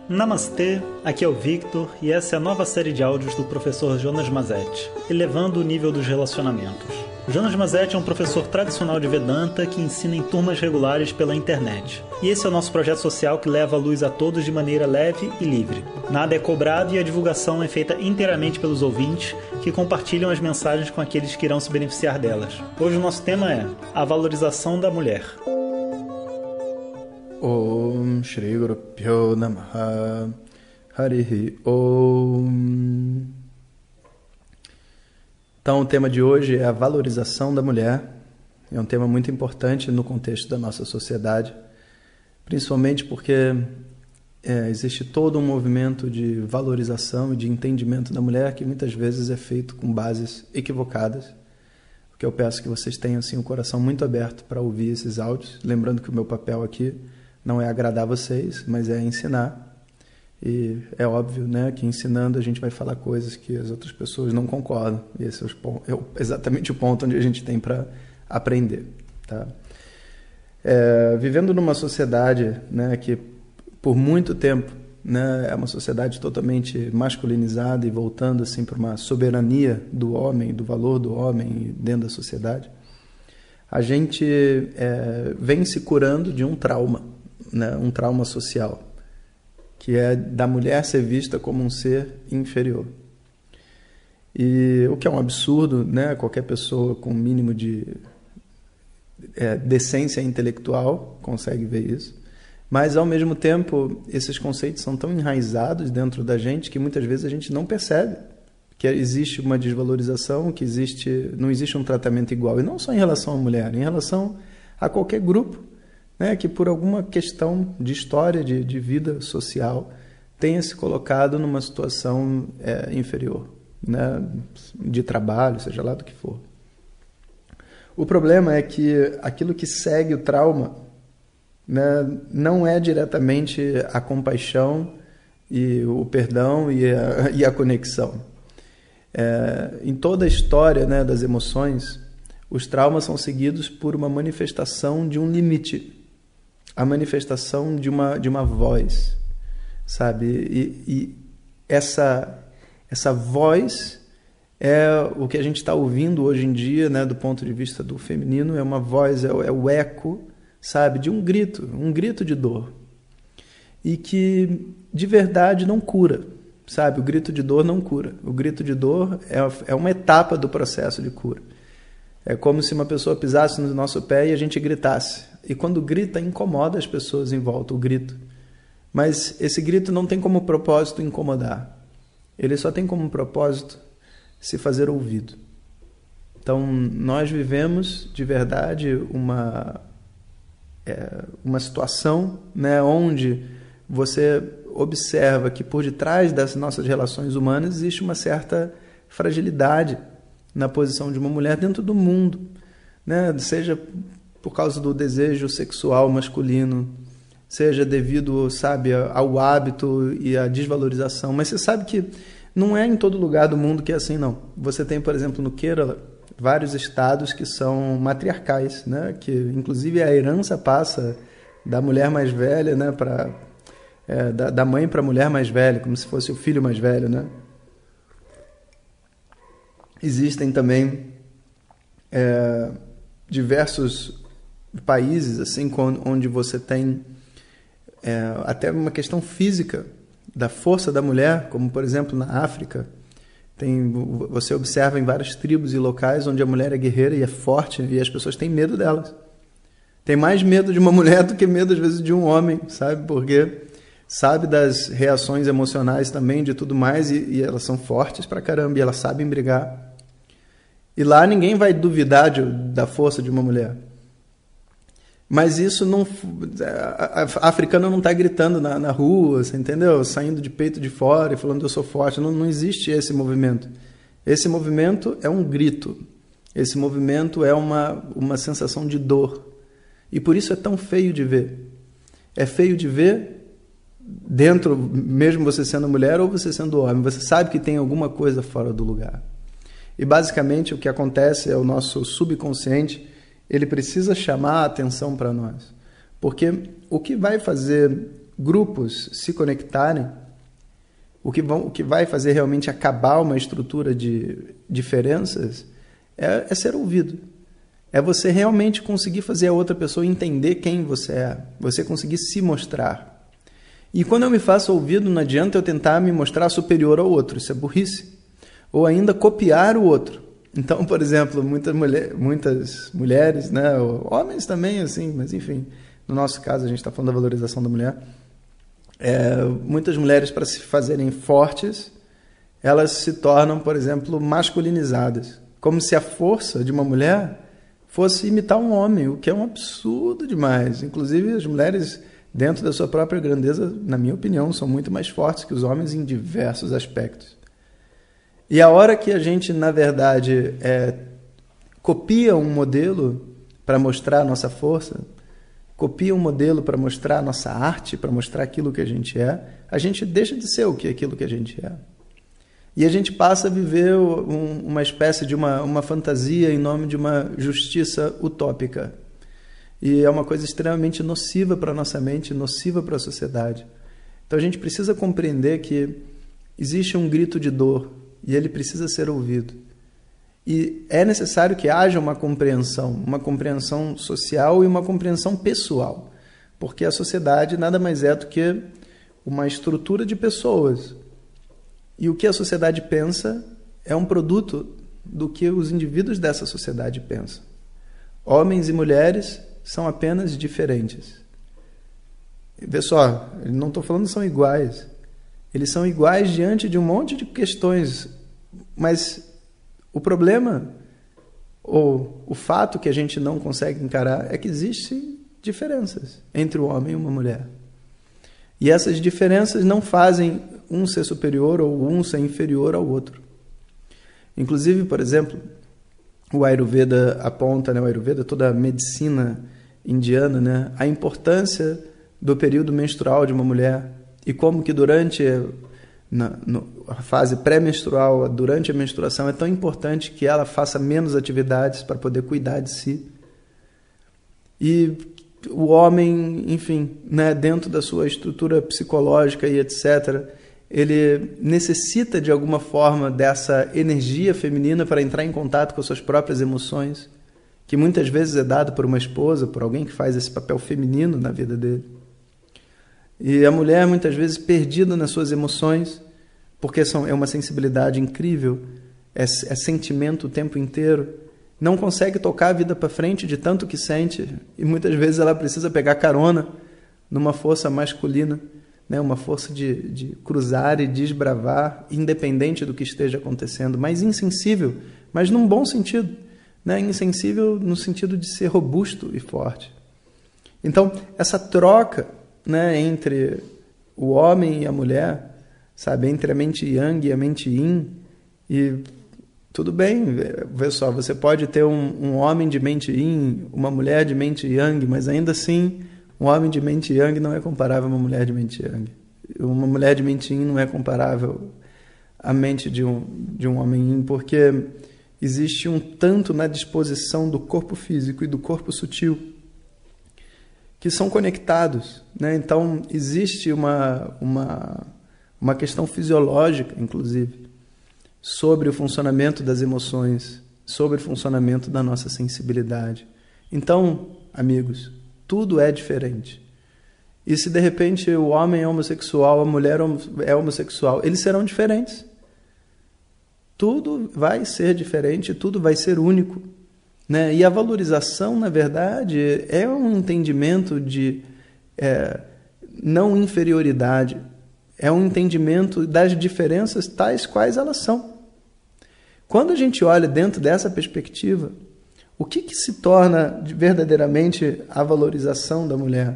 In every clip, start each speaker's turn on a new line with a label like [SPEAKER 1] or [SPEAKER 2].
[SPEAKER 1] Namastê, aqui é o Victor e essa é a nova série de áudios do professor Jonas Mazetti, elevando o nível dos relacionamentos. Jonas Mazetti é um professor tradicional de Vedanta que ensina em turmas regulares pela internet. E esse é o nosso projeto social que leva a luz a todos de maneira leve e livre. Nada é cobrado e a divulgação é feita inteiramente pelos ouvintes que compartilham as mensagens com aqueles que irão se beneficiar delas. Hoje o nosso tema é a valorização da mulher.
[SPEAKER 2] Om Shri Guru Pyo Namaha Harihi Om. Então o tema de hoje é a valorização da mulher. É um tema muito importante no contexto da nossa sociedade, principalmente porque existe todo um movimento de valorização e de entendimento da mulher que muitas vezes é feito com bases equivocadas. O que eu peço que vocês tenham assim, o coração muito aberto para ouvir esses áudios, lembrando que o meu papel aqui não é agradar vocês, mas é ensinar. E é óbvio, né, que ensinando a gente vai falar coisas que as outras pessoas não concordam. E esse é exatamente o ponto onde a gente tem para aprender. Tá? Vivendo numa sociedade, né, que por muito tempo, né, é uma sociedade totalmente masculinizada e voltando assim, para uma soberania do homem, do valor do homem dentro da sociedade, a gente vem se curando de um trauma. Né, um trauma social, que é da mulher ser vista como um ser inferior. E o que é um absurdo, né, qualquer pessoa com um mínimo de decência intelectual consegue ver isso, mas ao mesmo tempo esses conceitos são tão enraizados dentro da gente que muitas vezes a gente não percebe que existe uma desvalorização, que não existe um tratamento igual, e não só em relação à mulher, em relação a qualquer grupo, né, que por alguma questão de história, de vida social, tenha se colocado numa situação inferior, né, de trabalho, seja lá do que for. O problema é que aquilo que segue o trauma, né, não é diretamente a compaixão e o perdão e a conexão. Em toda a história, né, das emoções, os traumas são seguidos por uma manifestação de um limite, a manifestação de uma voz, sabe? E essa voz é o que a gente está ouvindo hoje em dia, né, do ponto de vista do feminino, é uma voz, é o eco, sabe, de um grito de dor. E que, de verdade, não cura, sabe? O grito de dor não cura. O grito de dor é uma etapa do processo de cura. É como se uma pessoa pisasse no nosso pé e a gente gritasse. E quando grita, incomoda as pessoas em volta, o grito. Mas esse grito não tem como propósito incomodar. Ele só tem como propósito se fazer ouvido. Então, nós vivemos, de verdade, uma situação, né, onde você observa que por detrás das nossas relações humanas existe uma certa fragilidade na posição de uma mulher dentro do mundo, né? Seja por causa do desejo sexual masculino, seja devido, sabe, ao hábito e à desvalorização. Mas você sabe que não é em todo lugar do mundo que é assim, não. Você tem, por exemplo, no Kerala, vários estados que são matriarcais, né? Que inclusive a herança passa da mulher mais velha, né, da mãe para a mulher mais velha, como se fosse o filho mais velho, né? Existem também diversos países assim, onde você tem até uma questão física da força da mulher, como por exemplo na África. Você observa em várias tribos e locais onde a mulher é guerreira e é forte e as pessoas têm medo delas. Tem mais medo de uma mulher do que medo às vezes de um homem, sabe? Porque sabe das reações emocionais também, de tudo mais, e elas são fortes pra caramba e elas sabem brigar. E lá ninguém vai duvidar da força de uma mulher. Mas isso não... A africana não está gritando na rua, você entendeu? Saindo de peito de fora e falando eu sou forte. Não existe esse movimento. Esse movimento é um grito. Esse movimento é uma sensação de dor. E por isso é tão feio de ver. É feio de ver dentro, mesmo você sendo mulher ou você sendo homem. Você sabe que tem alguma coisa fora do lugar. E basicamente o que acontece é o nosso subconsciente, ele precisa chamar a atenção para nós. Porque o que vai fazer grupos se conectarem, o que vai fazer realmente acabar uma estrutura de diferenças é ser ouvido. É você realmente conseguir fazer a outra pessoa entender quem você é. Você conseguir se mostrar. E quando eu me faço ouvido, não adianta eu tentar me mostrar superior ao outro. Isso é burrice. Ou ainda copiar o outro. Então, por exemplo, muitas mulheres, né, homens também, assim, mas enfim, no nosso caso a gente está falando da valorização da mulher. Muitas mulheres, para se fazerem fortes, elas se tornam, por exemplo, masculinizadas. Como se a força de uma mulher fosse imitar um homem, o que é um absurdo demais. Inclusive, as mulheres, dentro da sua própria grandeza, na minha opinião, são muito mais fortes que os homens em diversos aspectos. E a hora que a gente, na verdade, copia um modelo para mostrar a nossa força, copia um modelo para mostrar a nossa arte, para mostrar aquilo que a gente deixa de ser aquilo que a gente é. E a gente passa a viver uma espécie de uma fantasia em nome de uma justiça utópica. E é uma coisa extremamente nociva para a nossa mente, nociva para a sociedade. Então a gente precisa compreender que existe um grito de dor e ele precisa ser ouvido. E é necessário que haja uma compreensão social e uma compreensão pessoal. Porque a sociedade nada mais é do que uma estrutura de pessoas. E o que a sociedade pensa é um produto do que os indivíduos dessa sociedade pensam. Homens e mulheres são apenas diferentes. Vê só, não estou falando que são iguais. Eles são iguais diante de um monte de questões. Mas o problema, ou o fato que a gente não consegue encarar, é que existem diferenças entre o homem e uma mulher. E essas diferenças não fazem um ser superior ou um ser inferior ao outro. Inclusive, por exemplo, o Ayurveda aponta, né, o Ayurveda, toda a medicina indiana, né, a importância do período menstrual de uma mulher e como que durante a fase pré-menstrual, durante a menstruação, é tão importante que ela faça menos atividades para poder cuidar de si. E o homem, enfim, né, dentro da sua estrutura psicológica e etc., ele necessita de alguma forma dessa energia feminina para entrar em contato com as suas próprias emoções, que muitas vezes é dado por uma esposa, por alguém que faz esse papel feminino na vida dele. E a mulher, muitas vezes, perdida nas suas emoções, porque é uma sensibilidade incrível, é sentimento o tempo inteiro, não consegue tocar a vida para frente de tanto que sente, e muitas vezes ela precisa pegar carona numa força masculina, né? Uma força de cruzar e desbravar, independente do que esteja acontecendo, mas insensível, mas num bom sentido, né? Insensível no sentido de ser robusto e forte. Então, essa troca, né, entre o homem e a mulher, sabe, entre a mente yang e a mente yin, e tudo bem, vê só, você pode ter um homem de mente yin, uma mulher de mente yang, mas ainda assim, um homem de mente yang não é comparável a uma mulher de mente yang. Uma mulher de mente yin não é comparável à mente de um homem yin, porque existe um tanto na disposição do corpo físico e do corpo sutil que são conectados, né? Então, existe uma questão fisiológica, inclusive, sobre o funcionamento das emoções, sobre o funcionamento da nossa sensibilidade. Então, amigos, tudo é diferente. E se de repente o homem é homossexual, a mulher é homossexual, eles serão diferentes. Tudo vai ser diferente, tudo vai ser único, né? E a valorização, na verdade, é um entendimento de não inferioridade, é um entendimento das diferenças tais quais elas são. Quando a gente olha dentro dessa perspectiva, o que se torna verdadeiramente a valorização da mulher?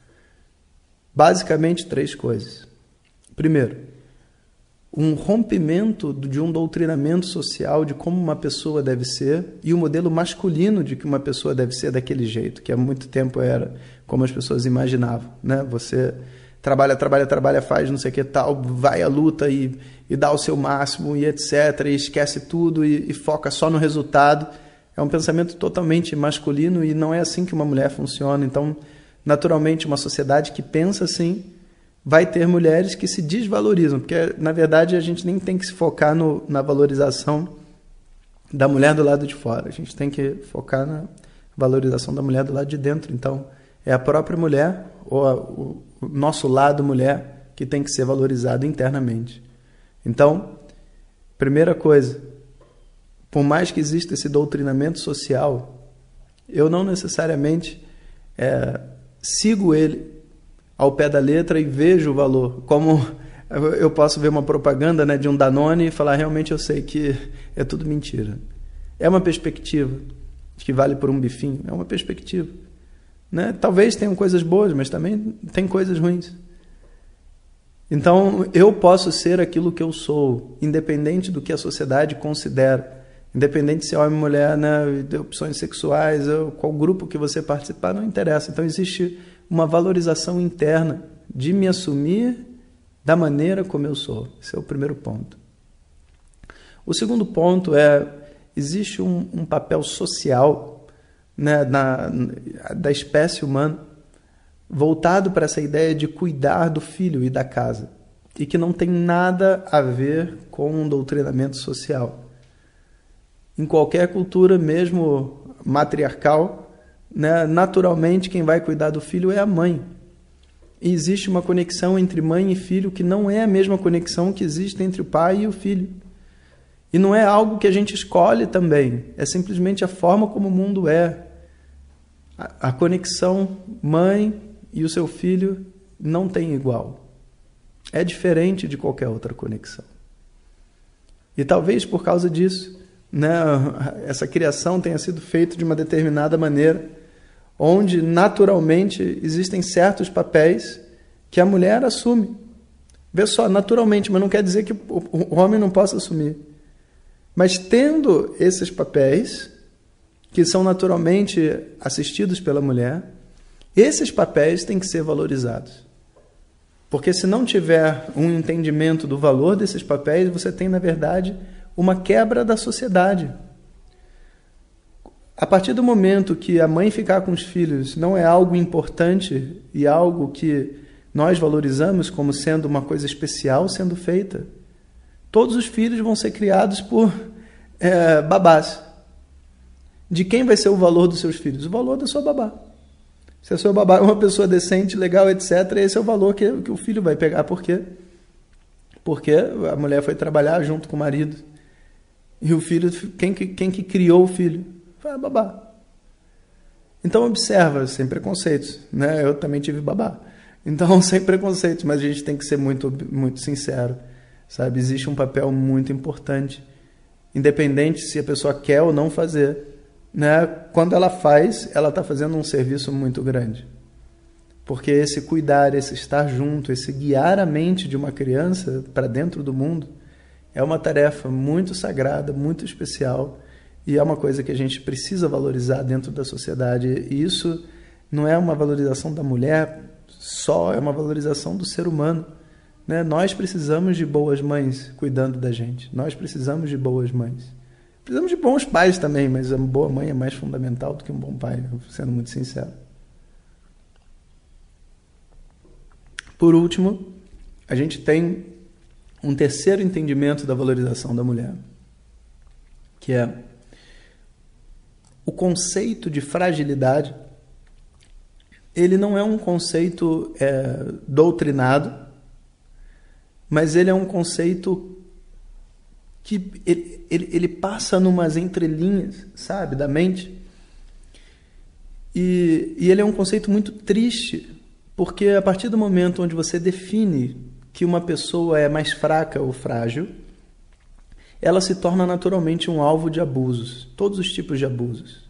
[SPEAKER 2] Basicamente 3 coisas. Primeiro, um rompimento de um doutrinamento social de como uma pessoa deve ser e o modelo masculino de que uma pessoa deve ser daquele jeito, que há muito tempo era como as pessoas imaginavam, né? Você trabalha, faz não sei o que tal, vai à luta e dá o seu máximo e etc, e esquece tudo e foca só no resultado. É um pensamento totalmente masculino e não é assim que uma mulher funciona. Então, naturalmente, uma sociedade que pensa assim vai ter mulheres que se desvalorizam, porque, na verdade, a gente nem tem que se focar na valorização da mulher do lado de fora. A gente tem que focar na valorização da mulher do lado de dentro. Então, é a própria mulher, ou o nosso lado mulher, que tem que ser valorizado internamente. Então, primeira coisa, por mais que exista esse doutrinamento social, eu não necessariamente sigo ele ao pé da letra e vejo o valor. Como eu posso ver uma propaganda, né, de um Danone e falar, realmente eu sei que é tudo mentira. É uma perspectiva que vale por um bifinho, é uma perspectiva. Né? Talvez tenham coisas boas, mas também tem coisas ruins. Então, eu posso ser aquilo que eu sou, independente do que a sociedade considera. Independente se é homem ou mulher, né, de opções sexuais, ou qual grupo que você participar, não interessa. Então, existe uma valorização interna de me assumir da maneira como eu sou. Esse é o primeiro ponto. O segundo ponto existe um papel social, né, da espécie humana voltado para essa ideia de cuidar do filho e da casa, e que não tem nada a ver com um doutrinamento social. Em qualquer cultura, mesmo matriarcal, né, naturalmente quem vai cuidar do filho é a mãe. E existe uma conexão entre mãe e filho que não é a mesma conexão que existe entre o pai e o filho. E não é algo que a gente escolhe também, é simplesmente a forma como o mundo é. A conexão mãe e o seu filho não tem igual. É diferente de qualquer outra conexão. E talvez por causa disso, né, essa criação tenha sido feita de uma determinada maneira, onde naturalmente existem certos papéis que a mulher assume. Vê só, naturalmente, mas não quer dizer que o homem não possa assumir. Mas tendo esses papéis, que são naturalmente assistidos pela mulher, esses papéis têm que ser valorizados. Porque se não tiver um entendimento do valor desses papéis, você tem, na verdade, uma quebra da sociedade. A partir do momento que a mãe ficar com os filhos não é algo importante e algo que nós valorizamos como sendo uma coisa especial sendo feita, todos os filhos vão ser criados por babás. De quem vai ser o valor dos seus filhos? O valor da sua babá. Se a sua babá é uma pessoa decente, legal, etc., esse é o valor que o filho vai pegar. Por quê? Porque a mulher foi trabalhar junto com o marido. E o filho, quem que criou o filho? Foi a babá. Então observa, sem preconceitos. Né? Eu também tive babá. Então, sem preconceitos, mas a gente tem que ser muito, muito sincero. Sabe? Existe um papel muito importante. Independente se a pessoa quer ou não fazer. Né? Quando ela faz, ela está fazendo um serviço muito grande. Porque esse cuidar, esse estar junto, esse guiar a mente de uma criança para dentro do mundo é uma tarefa muito sagrada, muito especial, e é uma coisa que a gente precisa valorizar dentro da sociedade. E isso não é uma valorização da mulher só, é uma valorização do ser humano. Né? Nós precisamos de boas mães cuidando da gente. Nós precisamos de boas mães. Precisamos de bons pais também, mas a boa mãe é mais fundamental do que um bom pai, sendo muito sincero. Por último, a gente tem um terceiro entendimento da valorização da mulher, que é o conceito de fragilidade. Ele não é um conceito doutrinado, mas ele é um conceito que ele passa numas entrelinhas, sabe, da mente. E ele é um conceito muito triste, porque a partir do momento onde você define que uma pessoa é mais fraca ou frágil, ela se torna naturalmente um alvo de abusos, todos os tipos de abusos.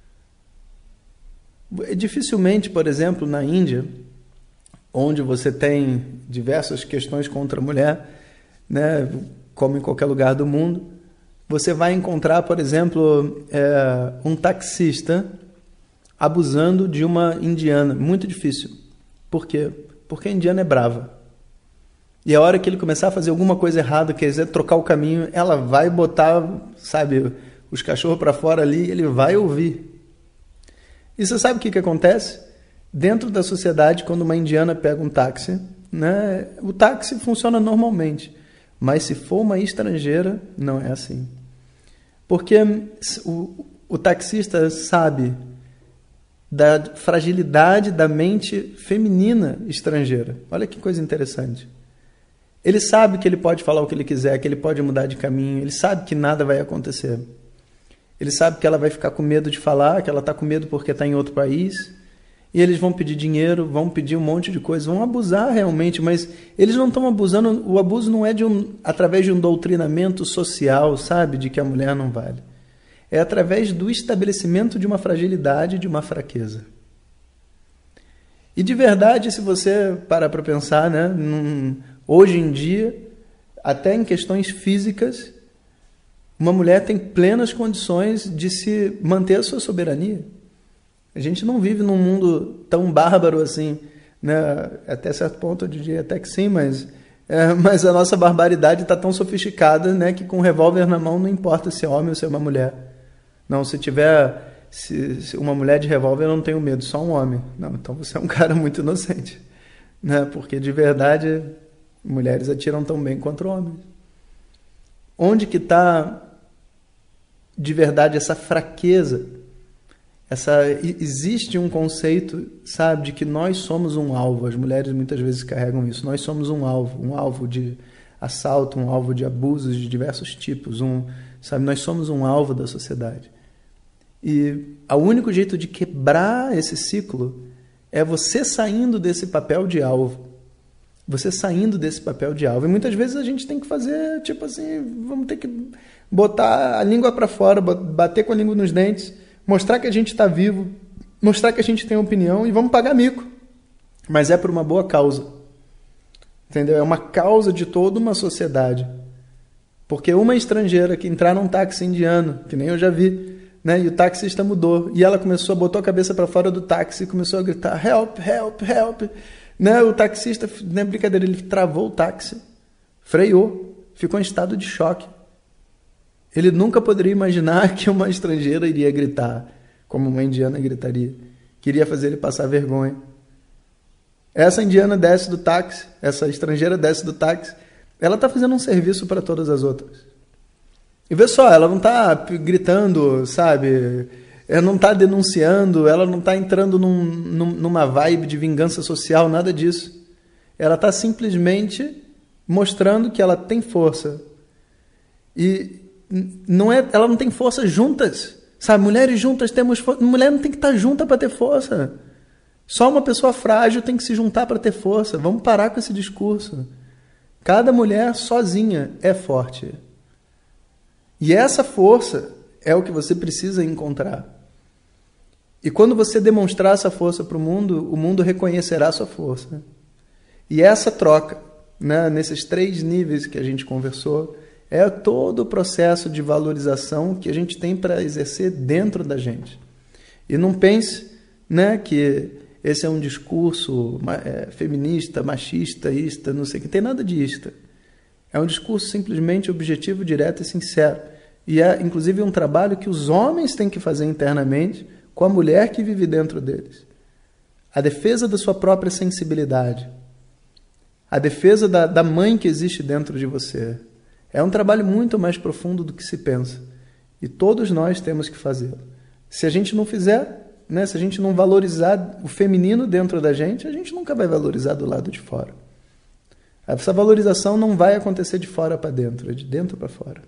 [SPEAKER 2] Dificilmente, por exemplo, na Índia, onde você tem diversas questões contra a mulher, né, como em qualquer lugar do mundo, você vai encontrar, por exemplo, um taxista abusando de uma indiana. Muito difícil. Por quê? Porque a indiana é brava. E a hora que ele começar a fazer alguma coisa errada, quiser trocar o caminho, ela vai botar, sabe, os cachorros para fora ali, ele vai ouvir. E você sabe o que acontece? Dentro da sociedade, quando uma indiana pega um táxi né? O táxi funciona normalmente. Mas se for uma estrangeira, não é assim. Porque o taxista sabe da fragilidade da mente feminina estrangeira. Olha que coisa interessante. Ele sabe que ele pode falar o que ele quiser, que ele pode mudar de caminho, ele sabe que nada vai acontecer. Ele sabe que ela vai ficar com medo de falar, que ela está com medo porque está em outro país, e eles vão pedir dinheiro, vão pedir um monte de coisa, vão abusar realmente, mas eles não estão abusando, o abuso não é através de um doutrinamento social, sabe, de que a mulher não vale. É através do estabelecimento de uma fragilidade, de uma fraqueza. E de verdade, se você parar para pensar, né, hoje em dia, até em questões físicas, uma mulher tem plenas condições de se manter a sua soberania. A gente não vive num mundo tão bárbaro assim, né? Até certo ponto eu diria até que sim, mas a nossa barbaridade está tão sofisticada, né, que com um revólver na mão não importa se é homem ou se é uma mulher. Não, se uma mulher de revólver eu não tenho medo, só um homem. Não, então você é um cara muito inocente, né? Porque de verdade mulheres atiram tão bem quanto homens. Onde que está de verdade essa fraqueza? Existe um conceito, sabe, de que nós somos um alvo. As mulheres muitas vezes carregam isso. Nós somos um alvo de assalto, um alvo de abusos de diversos tipos. Nós somos um alvo da sociedade. E o único jeito de quebrar esse ciclo é você saindo desse papel de alvo. Você saindo desse papel de alvo. E muitas vezes a gente tem que fazer, tipo assim, vamos ter que botar a língua para fora, bater com a língua nos dentes, mostrar que a gente está vivo, mostrar que a gente tem opinião e vamos pagar mico. Mas é por uma boa causa. Entendeu? É uma causa de toda uma sociedade. Porque uma estrangeira que entrar num táxi indiano, que nem eu já vi, né, e o taxista mudou, e ela botou a cabeça para fora do táxi e começou a gritar, help, help, help. Né, o taxista, não é brincadeira, ele travou o táxi, freou, ficou em estado de choque. Ele nunca poderia imaginar que uma estrangeira iria gritar, como uma indiana gritaria. Queria fazer ele passar vergonha. Essa indiana desce do táxi, essa estrangeira desce do táxi, ela está fazendo um serviço para todas as outras. E vê só, ela não está gritando, sabe? Ela não está denunciando, ela não está entrando numa vibe de vingança social, nada disso. Ela está simplesmente mostrando que ela tem força. E ela não tem força juntas. Sabe, mulheres juntas temos força. Mulher não tem que estar junta para ter força. Só uma pessoa frágil tem que se juntar para ter força. Vamos parar com esse discurso. Cada mulher sozinha é forte. E essa força é o que você precisa encontrar. E quando você demonstrar essa força para o mundo reconhecerá a sua força. E essa troca, né, nesses 3 níveis que a gente conversou, é todo o processo de valorização que a gente tem para exercer dentro da gente. E não pense, né, que esse é um discurso feminista, machista, ista, não sei o que, tem nada de ista. É um discurso simplesmente objetivo, direto e sincero. E é, inclusive, um trabalho que os homens têm que fazer internamente com a mulher que vive dentro deles. A defesa da sua própria sensibilidade. A defesa da mãe que existe dentro de você. É um trabalho muito mais profundo do que se pensa. E todos nós temos que fazê-lo. Se a gente não fizer, né, se a gente não valorizar o feminino dentro da gente, a gente nunca vai valorizar do lado de fora. Essa valorização não vai acontecer de fora para dentro, é de dentro para fora.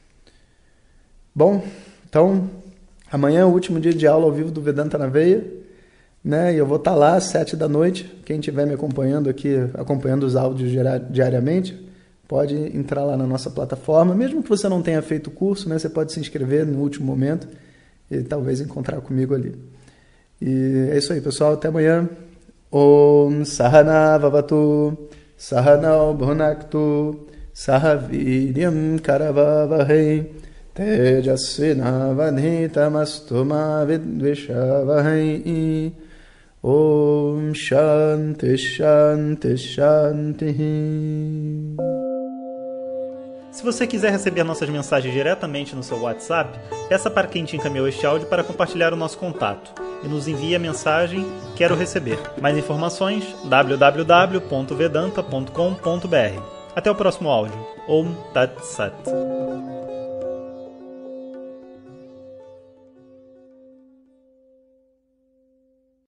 [SPEAKER 2] Bom, então, amanhã é o último dia de aula ao vivo do Vedanta na Veia, né? E eu vou estar lá às 7 da noite. Quem estiver me acompanhando aqui, acompanhando os áudios diariamente, pode entrar lá na nossa plataforma. Mesmo que você não tenha feito o curso, né, você pode se inscrever no último momento e talvez encontrar comigo ali. E é isso aí, pessoal. Até amanhã. Om Sahana Vavatu Sahanao Bhunaktu Sahaviryam Karavavahai Tejasvinavadhitamastu ma vidvishavahai. Om Shanti Shanti Shanti.
[SPEAKER 1] Se você quiser receber nossas mensagens diretamente no seu WhatsApp, peça para quem te encaminhou este áudio para compartilhar o nosso contato e nos envie a mensagem "Quero receber". Mais informações www.vedanta.com.br. Até o próximo áudio. Om Tat Sat.